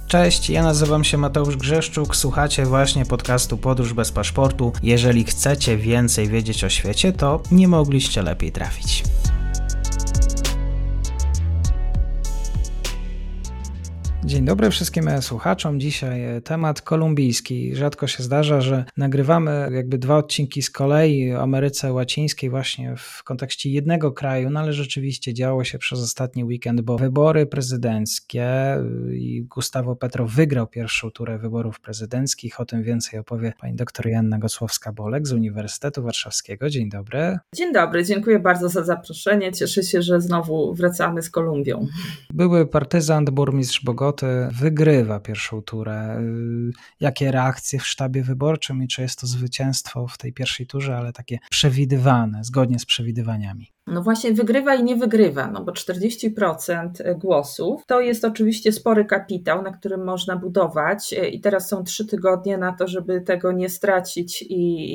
Cześć, ja nazywam się Mateusz Grzeszczuk, słuchacie właśnie podcastu Podróż bez paszportu. Jeżeli chcecie więcej wiedzieć o świecie, to nie mogliście lepiej trafić. Dzień dobry wszystkim słuchaczom. Dzisiaj temat kolumbijski. Rzadko się zdarza, że nagrywamy jakby 2 odcinki z kolei o Ameryce Łacińskiej właśnie w kontekście jednego kraju, no ale rzeczywiście działo się przez ostatni weekend, bo wybory prezydenckie i Gustavo Petro wygrał pierwszą turę wyborów prezydenckich. O tym więcej opowie pani dr Joanna Gosłowska-Bolek z Uniwersytetu Warszawskiego. Dzień dobry. Dzień dobry, dziękuję bardzo za zaproszenie. Cieszę się, że znowu wracamy z Kolumbią. Były partyzant, burmistrz Bogoty wygrywa pierwszą turę. Jakie reakcje w sztabie wyborczym i czy jest to zwycięstwo w tej pierwszej turze, ale takie przewidywane, zgodnie z przewidywaniami? No właśnie wygrywa i nie wygrywa, no bo 40% głosów to jest oczywiście spory kapitał, na którym można budować i teraz są 3 tygodnie na to, żeby tego nie stracić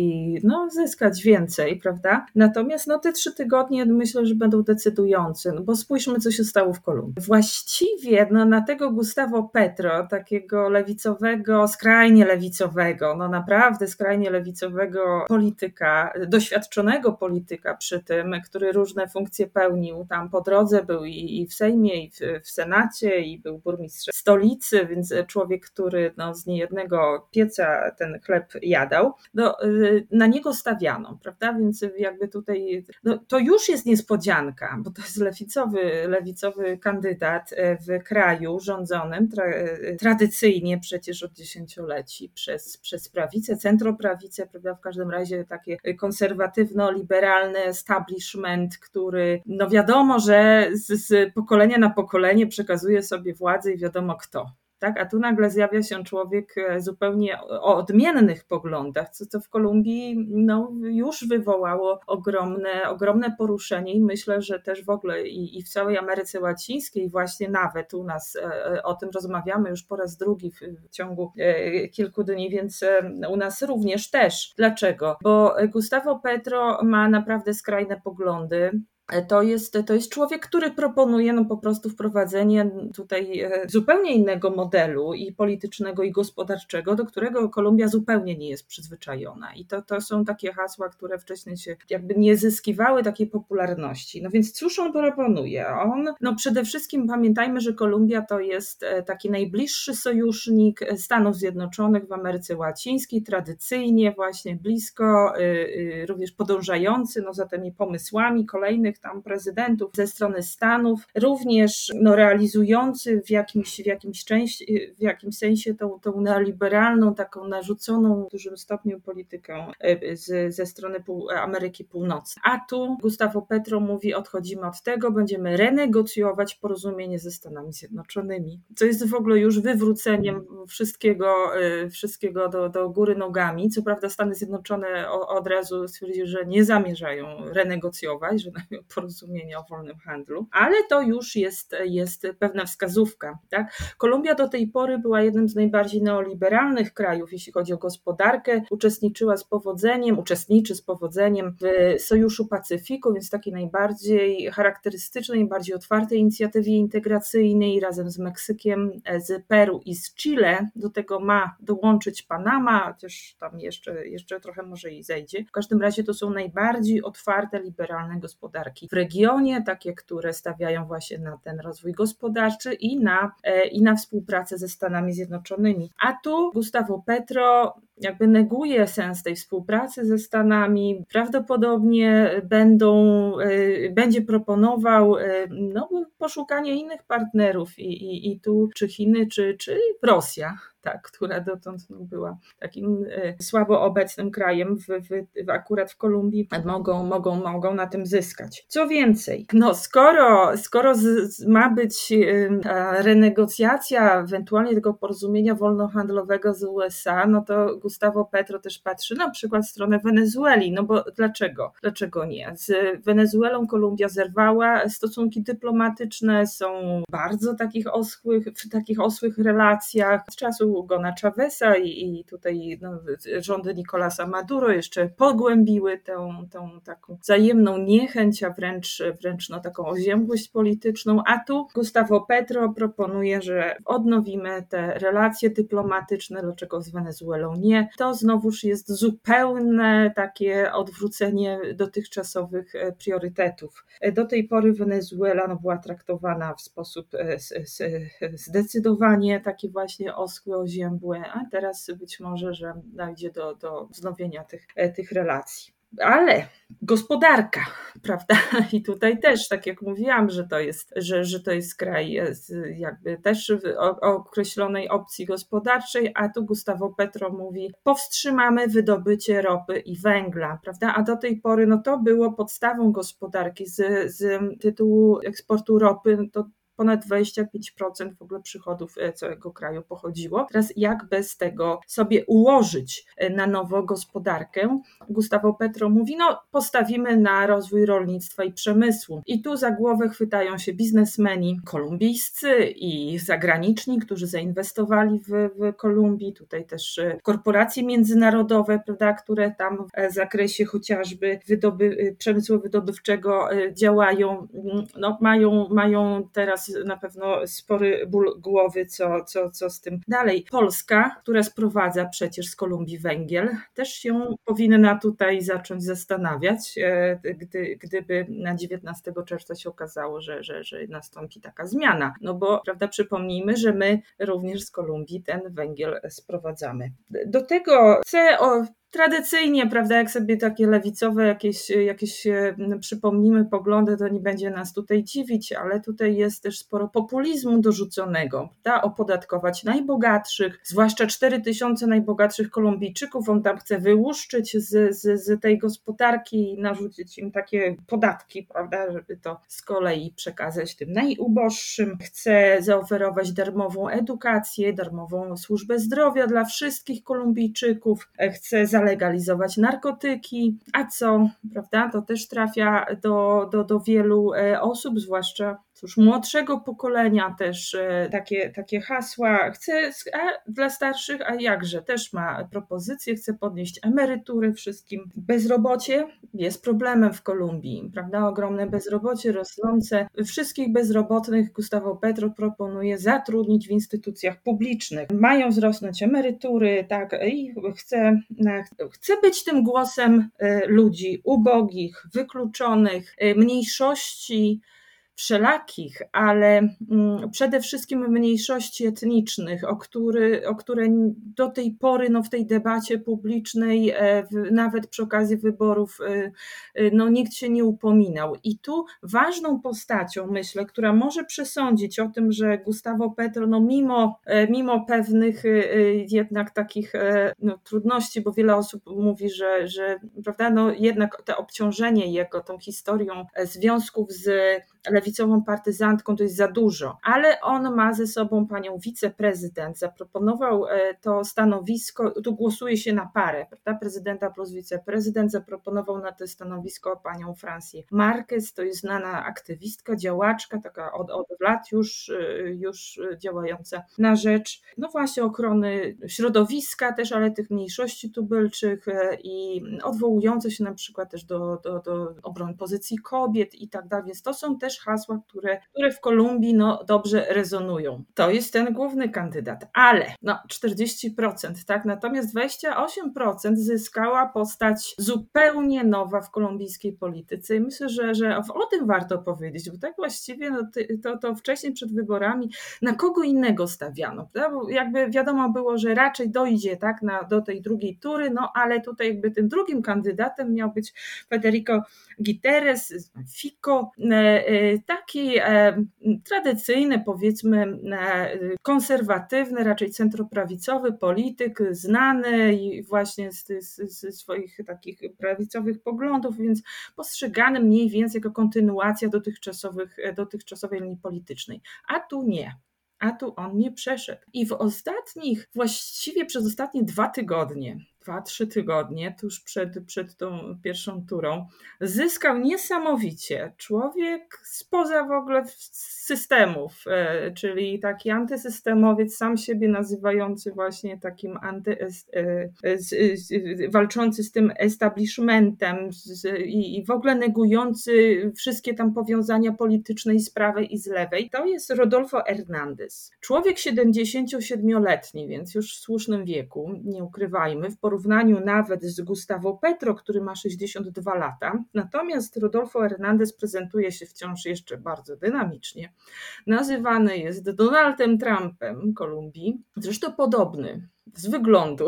i zyskać więcej, prawda? Natomiast te 3 tygodnie myślę, że będą decydujące, no bo spójrzmy, co się stało w Kolumbii. Właściwie na tego Gustavo Petro, takiego lewicowego, skrajnie lewicowego, naprawdę skrajnie lewicowego polityka, doświadczonego polityka przy tym, który różne funkcje pełnił tam po drodze, był i w Sejmie, i w Senacie, i był burmistrzem stolicy, więc człowiek, który z niejednego pieca ten chleb jadał, na niego stawiano, prawda, więc jakby tutaj to już jest niespodzianka, bo to jest lewicowy kandydat w kraju rządzonym tradycyjnie przecież od dziesięcioleci przez prawicę, centroprawicę, prawda, w każdym razie takie konserwatywno-liberalne establishment, który wiadomo, że z pokolenia na pokolenie przekazuje sobie władzę i wiadomo kto. Tak? A tu nagle zjawia się człowiek zupełnie o odmiennych poglądach, co w Kolumbii już wywołało ogromne poruszenie i myślę, że też w ogóle i w całej Ameryce Łacińskiej właśnie nawet u nas o tym rozmawiamy już po raz drugi w ciągu kilku dni, więc u nas również też. Dlaczego? Bo Gustavo Petro ma naprawdę skrajne poglądy. To jest człowiek, który proponuje po prostu wprowadzenie tutaj zupełnie innego modelu i politycznego, i gospodarczego, do którego Kolumbia zupełnie nie jest przyzwyczajona. I to są takie hasła, które wcześniej się jakby nie zyskiwały takiej popularności. Więc cóż on proponuje? Przede wszystkim pamiętajmy, że Kolumbia to jest taki najbliższy sojusznik Stanów Zjednoczonych w Ameryce Łacińskiej, tradycyjnie właśnie blisko, również podążający za tymi pomysłami kolejnych tam prezydentów ze strony Stanów, również realizujący w jakimś sensie tą neoliberalną, taką narzuconą w dużym stopniu politykę ze strony Ameryki Północnej. A tu Gustavo Petro mówi, odchodzimy od tego, będziemy renegocjować porozumienie ze Stanami Zjednoczonymi, co jest w ogóle już wywróceniem wszystkiego do góry nogami. Co prawda Stany Zjednoczone od razu stwierdziły, że nie zamierzają renegocjować, że porozumienia o wolnym handlu, ale to już jest pewna wskazówka. Tak? Kolumbia do tej pory była jednym z najbardziej neoliberalnych krajów, jeśli chodzi o gospodarkę, uczestniczy z powodzeniem w Sojuszu Pacyfiku, więc takiej najbardziej charakterystycznej, bardziej otwartej inicjatywie integracyjnej razem z Meksykiem, z Peru i z Chile. Do tego ma dołączyć Panama, chociaż tam jeszcze trochę może i zejdzie. W każdym razie to są najbardziej otwarte, liberalne gospodarki w regionie, takie, które stawiają właśnie na ten rozwój gospodarczy i na współpracę ze Stanami Zjednoczonymi. A tu Gustavo Petro jakby neguje sens tej współpracy ze Stanami. Prawdopodobnie będzie proponował poszukanie innych partnerów i tu czy Chiny, czy Rosja. Tak, która dotąd była takim słabo obecnym krajem akurat w Kolumbii, mogą na tym zyskać. Co więcej, skoro ma być renegocjacja ewentualnie tego porozumienia wolnohandlowego z USA, to Gustavo Petro też patrzy na przykład w stronę Wenezueli, bo dlaczego? Dlaczego nie? Z Wenezuelą Kolumbia zerwała stosunki dyplomatyczne, polityczne, są bardzo w takich osłych relacjach. Z czasu Hugona Chaveza i tutaj rządy Nicolasa Maduro jeszcze pogłębiły tę taką wzajemną niechęć, a wręcz taką oziębłość polityczną. A tu Gustavo Petro proponuje, że odnowimy te relacje dyplomatyczne, dlaczego z Wenezuelą nie. To znowuż jest zupełne takie odwrócenie dotychczasowych priorytetów. Do tej pory Wenezuela była traktowana w sposób zdecydowanie taki właśnie oschły, oziębły, a teraz być może, że dojdzie do wznowienia tych relacji. Ale gospodarka, prawda? I tutaj też, tak jak mówiłam, że to jest kraj jakby też o określonej opcji gospodarczej, a tu Gustavo Petro mówi, powstrzymamy wydobycie ropy i węgla, prawda? A do tej pory to było podstawą gospodarki z tytułu eksportu ropy, to ponad 25% w ogóle przychodów całego kraju pochodziło. Teraz jak bez tego sobie ułożyć na nowo gospodarkę? Gustavo Petro mówi, postawimy na rozwój rolnictwa i przemysłu. I tu za głowę chwytają się biznesmeni kolumbijscy i zagraniczni, którzy zainwestowali w Kolumbii. Tutaj też korporacje międzynarodowe, prawda, które tam w zakresie chociażby przemysłu wydobywczego działają. Mają teraz na pewno spory ból głowy, co z tym dalej. Polska, która sprowadza przecież z Kolumbii węgiel, też się powinna tutaj zacząć zastanawiać, gdyby na 19 czerwca się okazało, że nastąpi taka zmiana. Bo, prawda, przypomnijmy, że my również z Kolumbii ten węgiel sprowadzamy. Do tego chcę tradycyjnie, prawda, jak sobie takie lewicowe jakieś przypomnimy poglądy, to nie będzie nas tutaj dziwić, ale tutaj jest też sporo populizmu dorzuconego, prawda, opodatkować najbogatszych, zwłaszcza 4000 najbogatszych Kolumbijczyków, on tam chce wyłuszczyć z tej gospodarki i narzucić im takie podatki, prawda, żeby to z kolei przekazać tym najuboższym, chce zaoferować darmową edukację, darmową służbę zdrowia dla wszystkich Kolumbijczyków, chce zalegalizować narkotyki, a co, prawda, to też trafia do wielu osób, zwłaszcza młodszego pokolenia też takie hasła. Dla starszych, a jakże, też ma propozycje, chce podnieść emerytury wszystkim. Bezrobocie jest problemem w Kolumbii, prawda, ogromne bezrobocie rosnące. Wszystkich bezrobotnych Gustavo Petro proponuje zatrudnić w instytucjach publicznych. Mają wzrosnąć emerytury, tak, i chce być tym głosem ludzi ubogich, wykluczonych, mniejszości wszelakich, ale przede wszystkim mniejszości etnicznych, o które do tej pory w tej debacie publicznej, nawet przy okazji wyborów, nikt się nie upominał. I tu ważną postacią, myślę, która może przesądzić o tym, że Gustavo Petro, mimo pewnych jednak takich trudności, bo wiele osób mówi, że prawda, jednak to obciążenie jego tą historią związków z lewicową partyzantką to jest za dużo, ale on ma ze sobą panią wiceprezydent, zaproponował to stanowisko, tu głosuje się na parę, prawda, prezydenta plus wiceprezydent, zaproponował na to stanowisko panią Francję Marquez, to jest znana aktywistka, działaczka, taka od lat już działająca na rzecz, właśnie ochrony środowiska też, ale tych mniejszości tubylczych i odwołujące się na przykład też do obrony pozycji kobiet i tak dalej, więc to są też hasła, które w Kolumbii dobrze rezonują. To jest ten główny kandydat, ale 40%, tak, natomiast 28% zyskała postać zupełnie nowa w kolumbijskiej polityce i myślę, że o tym warto powiedzieć, bo tak właściwie to wcześniej przed wyborami na kogo innego stawiano, prawda? Bo jakby wiadomo było, że raczej dojdzie, tak, do tej drugiej tury, ale tutaj jakby tym drugim kandydatem miał być Federico Guterres, Fico, taki tradycyjny, powiedzmy konserwatywny, raczej centroprawicowy polityk, znany i właśnie ze swoich takich prawicowych poglądów, więc postrzegany mniej więcej jako kontynuacja dotychczasowej linii politycznej. A tu nie. A tu on nie przeszedł. I właściwie przez ostatnie 2 tygodnie 2-3 tygodnie, tuż przed tą pierwszą turą, zyskał niesamowicie. Człowiek spoza w ogóle systemów, czyli taki antysystemowiec, sam siebie nazywający właśnie takim walczący z tym establishmentem i w ogóle negujący wszystkie tam powiązania polityczne i z prawej i z lewej. To jest Rodolfo Hernández. Człowiek 77-letni, więc już w słusznym wieku, nie ukrywajmy, w porównaniu nawet z Gustavo Petro, który ma 62 lata. Natomiast Rodolfo Hernández prezentuje się wciąż jeszcze bardzo dynamicznie. Nazywany jest Donaldem Trumpem Kolumbii, zresztą podobny z wyglądu,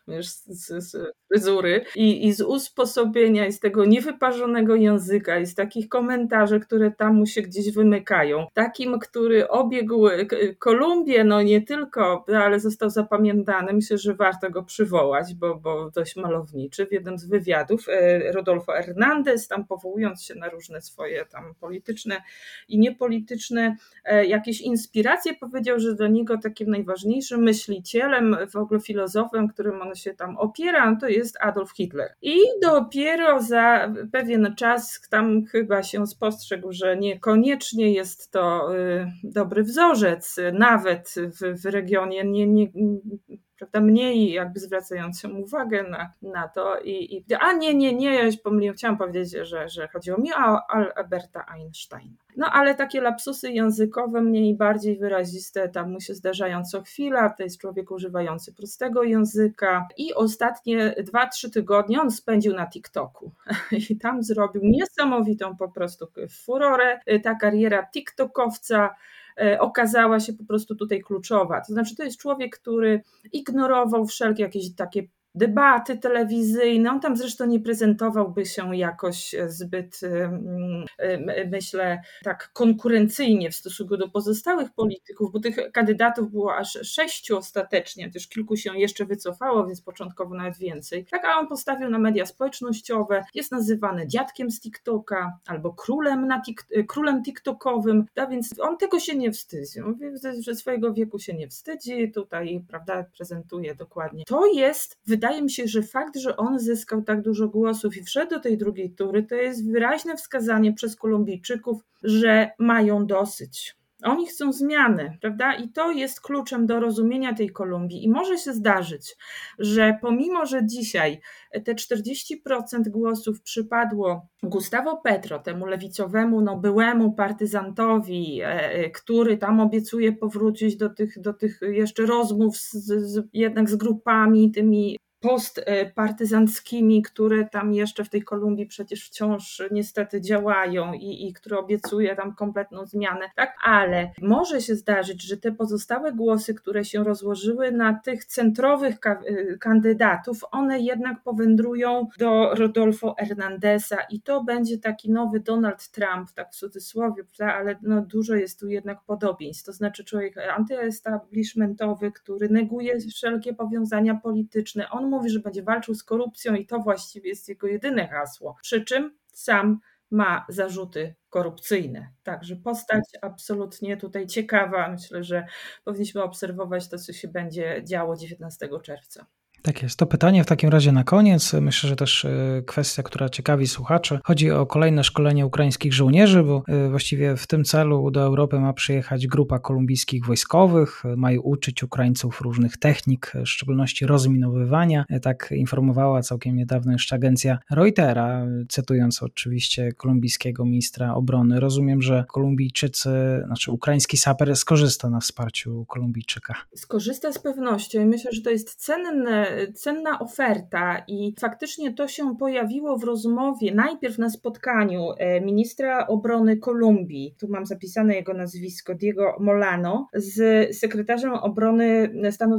z fryzury i z usposobienia, i z tego niewyparzonego języka, i z takich komentarzy, które tam mu się gdzieś wymykają. Takim, który obiegł Kolumbię, no nie tylko, ale został zapamiętany. Myślę, że warto go przywołać, bo dość malowniczy. W jednym z wywiadów Rodolfo Hernández, tam powołując się na różne swoje tam polityczne i niepolityczne jakieś inspiracje, powiedział, że dla niego takim najważniejszym myślicielem, w ogóle filozofem, którym on się tam opiera, to jest Adolf Hitler. I dopiero za pewien czas tam chyba się spostrzegł, że niekoniecznie jest to dobry wzorzec, nawet w regionie prawda, mniej jakby zwracającym uwagę na to. Nie, ja się pomyliłam, chciałam powiedzieć, że chodziło mi o Alberta Einsteina. No ale takie lapsusy językowe mniej bardziej wyraziste tam mu się zdarzają co chwila. To jest człowiek używający prostego języka i ostatnie 2-3 tygodnie on spędził na TikToku i tam zrobił niesamowitą po prostu furorę. Ta kariera TikTokowca okazała się po prostu tutaj kluczowa. To znaczy to jest człowiek, który ignorował wszelkie jakieś takie debaty telewizyjne. On tam zresztą nie prezentowałby się jakoś zbyt, myślę, tak konkurencyjnie w stosunku do pozostałych polityków, bo tych kandydatów było aż 6 ostatecznie, też kilku się jeszcze wycofało, więc początkowo nawet więcej. Tak, a on postawił na media społecznościowe, jest nazywany dziadkiem z TikToka albo królem TikTokowym, a więc on tego się nie wstydzi. On mówi, że swojego wieku się nie wstydzi, tutaj, prawda, prezentuje dokładnie. To jest, wydaje mi się, że fakt, że on zyskał tak dużo głosów i wszedł do tej drugiej tury, to jest wyraźne wskazanie przez Kolumbijczyków, że mają dosyć. Oni chcą zmiany, prawda? I to jest kluczem do rozumienia tej Kolumbii. I może się zdarzyć, że pomimo, że dzisiaj te 40% głosów przypadło Gustavo Petro, temu lewicowemu, byłemu partyzantowi, który tam obiecuje powrócić do tych jeszcze rozmów jednak z grupami tymi postpartyzanckimi, które tam jeszcze w tej Kolumbii przecież wciąż niestety działają i które obiecuje tam kompletną zmianę, tak? Ale może się zdarzyć, że te pozostałe głosy, które się rozłożyły na tych centrowych kandydatów, one jednak powędrują do Rodolfo Hernándeza i to będzie taki nowy Donald Trump, tak w cudzysłowie, ale dużo jest tu jednak podobieństw. To znaczy człowiek antyestablishmentowy, który neguje wszelkie powiązania polityczne. On mówi, że będzie walczył z korupcją i to właściwie jest jego jedyne hasło. Przy czym sam ma zarzuty korupcyjne. Także postać absolutnie tutaj ciekawa. Myślę, że powinniśmy obserwować to, co się będzie działo 19 czerwca. Tak jest. To pytanie w takim razie na koniec. Myślę, że też kwestia, która ciekawi słuchaczy. Chodzi o kolejne szkolenie ukraińskich żołnierzy, bo właściwie w tym celu do Europy ma przyjechać grupa kolumbijskich wojskowych. Mają uczyć Ukraińców różnych technik, w szczególności rozminowywania. Tak informowała całkiem niedawno jeszcze agencja Reutera, cytując oczywiście kolumbijskiego ministra obrony. Rozumiem, że ukraiński saper skorzysta na wsparciu Kolumbijczyka. Skorzysta z pewnością i myślę, że to jest cenna oferta i faktycznie to się pojawiło w rozmowie, najpierw na spotkaniu ministra obrony Kolumbii, tu mam zapisane jego nazwisko, Diego Molano, z sekretarzem obrony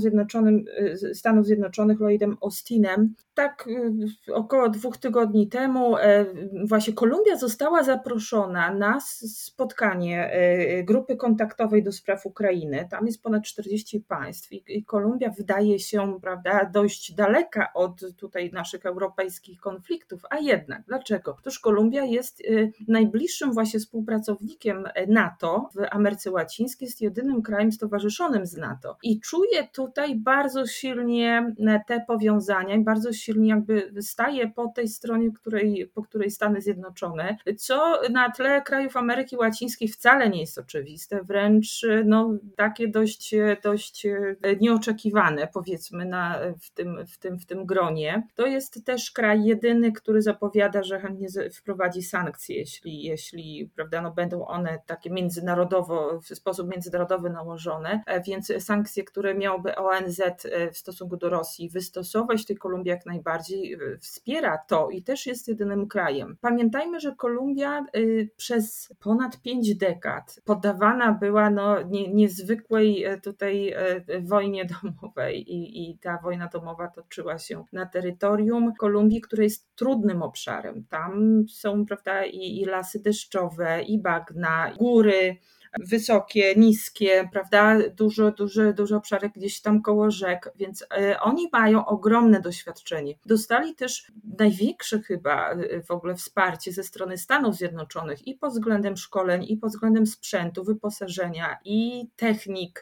Stanów Zjednoczonych Lloydem Austinem. Tak około 2 tygodni temu właśnie Kolumbia została zaproszona na spotkanie grupy kontaktowej do spraw Ukrainy. Tam jest ponad 40 państw i Kolumbia wydaje się, prawda, dość daleka od tutaj naszych europejskich konfliktów, a jednak, dlaczego? Otóż Kolumbia jest najbliższym właśnie współpracownikiem NATO w Ameryce Łacińskiej, jest jedynym krajem stowarzyszonym z NATO i czuje tutaj bardzo silnie te powiązania i bardzo silnie jakby staje po tej stronie, po której Stany Zjednoczone, co na tle krajów Ameryki Łacińskiej wcale nie jest oczywiste, wręcz takie dość nieoczekiwane, powiedzmy, w tym gronie. To jest też kraj jedyny, który zapowiada, że chętnie wprowadzi sankcje, jeśli prawda, będą one takie w sposób międzynarodowy nałożone, więc sankcje, które miałoby ONZ w stosunku do Rosji wystosować, tej Kolumbia jak najbardziej wspiera to i też jest jedynym krajem. Pamiętajmy, że Kolumbia przez ponad 5 dekad poddawana była niezwykłej tutaj wojnie domowej i ta wojna domowa toczyła się na terytorium Kolumbii, które jest trudnym obszarem. Tam są, prawda, i lasy deszczowe, i bagna, góry wysokie, niskie, prawda, duże obszary gdzieś tam koło rzek, więc oni mają ogromne doświadczenie. Dostali też największe chyba w ogóle wsparcie ze strony Stanów Zjednoczonych i pod względem szkoleń, i pod względem sprzętu, wyposażenia i technik,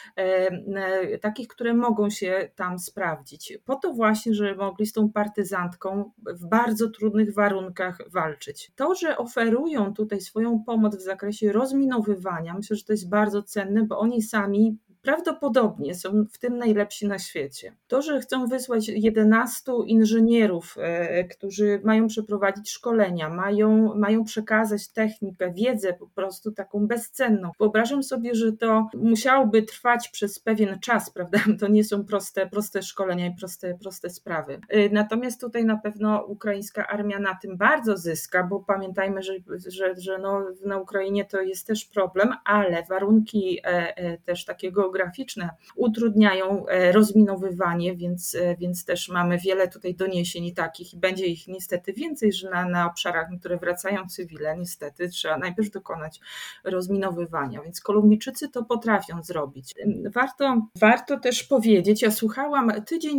takich, które mogą się tam sprawdzić. Po to właśnie, że mogli z tą partyzantką w bardzo trudnych warunkach walczyć. To, że oferują tutaj swoją pomoc w zakresie rozminowywania, myślę, że to jest bardzo cenne, bo oni sami prawdopodobnie są w tym najlepsi na świecie. To, że chcą wysłać 11 inżynierów, którzy mają przeprowadzić szkolenia, mają przekazać technikę, wiedzę po prostu taką bezcenną. Wyobrażam sobie, że to musiałoby trwać przez pewien czas, prawda? To nie są proste szkolenia i proste sprawy. Natomiast tutaj na pewno ukraińska armia na tym bardzo zyska, bo pamiętajmy, że na Ukrainie to jest też problem, ale warunki też takiego geograficzne utrudniają rozminowywanie, więc też mamy wiele tutaj doniesień takich i będzie ich niestety więcej, że na obszarach, na które wracają cywile, niestety trzeba najpierw dokonać rozminowywania, więc Kolumbijczycy to potrafią zrobić. Warto też powiedzieć, ja słuchałam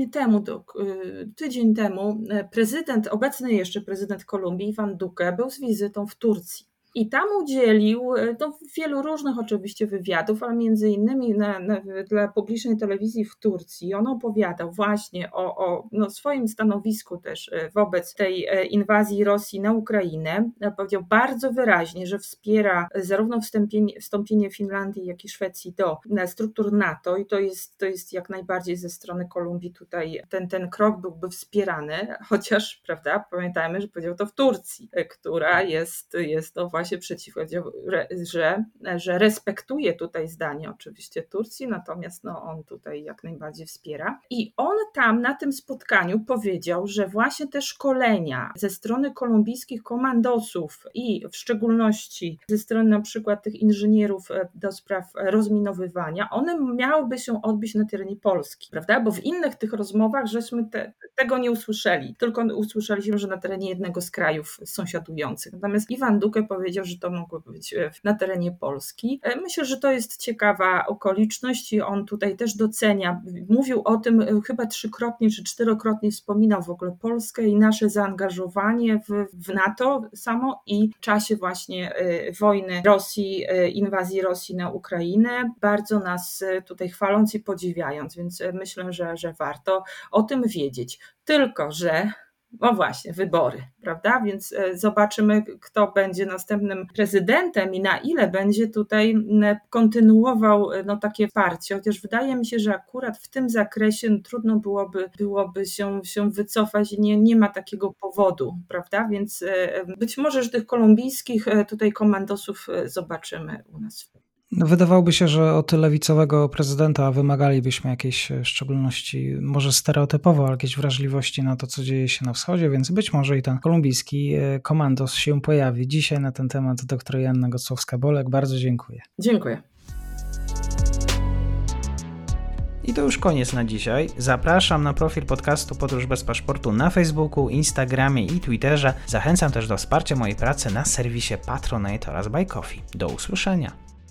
tydzień temu obecny jeszcze prezydent Kolumbii, Ivan Duque, był z wizytą w Turcji. I tam udzielił wielu różnych oczywiście wywiadów, ale między innymi dla publicznej telewizji w Turcji on opowiadał właśnie o swoim stanowisku też wobec tej inwazji Rosji na Ukrainę. Powiedział bardzo wyraźnie, że wspiera zarówno wstąpienie Finlandii, jak i Szwecji do struktur NATO i to jest jak najbardziej ze strony Kolumbii tutaj ten krok byłby wspierany, chociaż, prawda, pamiętajmy, że powiedział to w Turcji, która jest właśnie przeciwko, że respektuje tutaj zdanie oczywiście Turcji, natomiast on tutaj jak najbardziej wspiera. I on tam na tym spotkaniu powiedział, że właśnie te szkolenia ze strony kolumbijskich komandosów i w szczególności ze strony na przykład tych inżynierów do spraw rozminowywania, one miałyby się odbyć na terenie Polski, prawda? Bo w innych tych rozmowach żeśmy tego nie usłyszeli, tylko usłyszeliśmy, że na terenie jednego z krajów sąsiadujących. Natomiast Ivan Duque powiedział, że to mogło być na terenie Polski. Myślę, że to jest ciekawa okoliczność i on tutaj też docenia. Mówił o tym chyba 3-krotnie czy 4-krotnie, wspominał w ogóle Polskę i nasze zaangażowanie w NATO samo i w czasie właśnie wojny Rosji, inwazji Rosji na Ukrainę, bardzo nas tutaj chwaląc i podziwiając, więc myślę, że warto o tym wiedzieć. Tylko że właśnie, wybory, prawda? Więc zobaczymy, kto będzie następnym prezydentem i na ile będzie tutaj kontynuował takie wsparcie, chociaż wydaje mi się, że akurat w tym zakresie trudno byłoby się wycofać i nie ma takiego powodu, prawda? Więc być może, że tych kolumbijskich tutaj komandosów zobaczymy u nas. Wydawałoby się, że od lewicowego prezydenta wymagalibyśmy jakiejś szczególności, może stereotypowo, ale jakiejś wrażliwości na to, co dzieje się na wschodzie, więc być może i ten kolumbijski komandos się pojawi. Dzisiaj na ten temat dr Joanna Gocłowska-Bolek. Bardzo dziękuję. Dziękuję. I to już koniec na dzisiaj. Zapraszam na profil podcastu Podróż bez paszportu na Facebooku, Instagramie i Twitterze. Zachęcam też do wsparcia mojej pracy na serwisie Patronite oraz Buy Coffee. Do usłyszenia.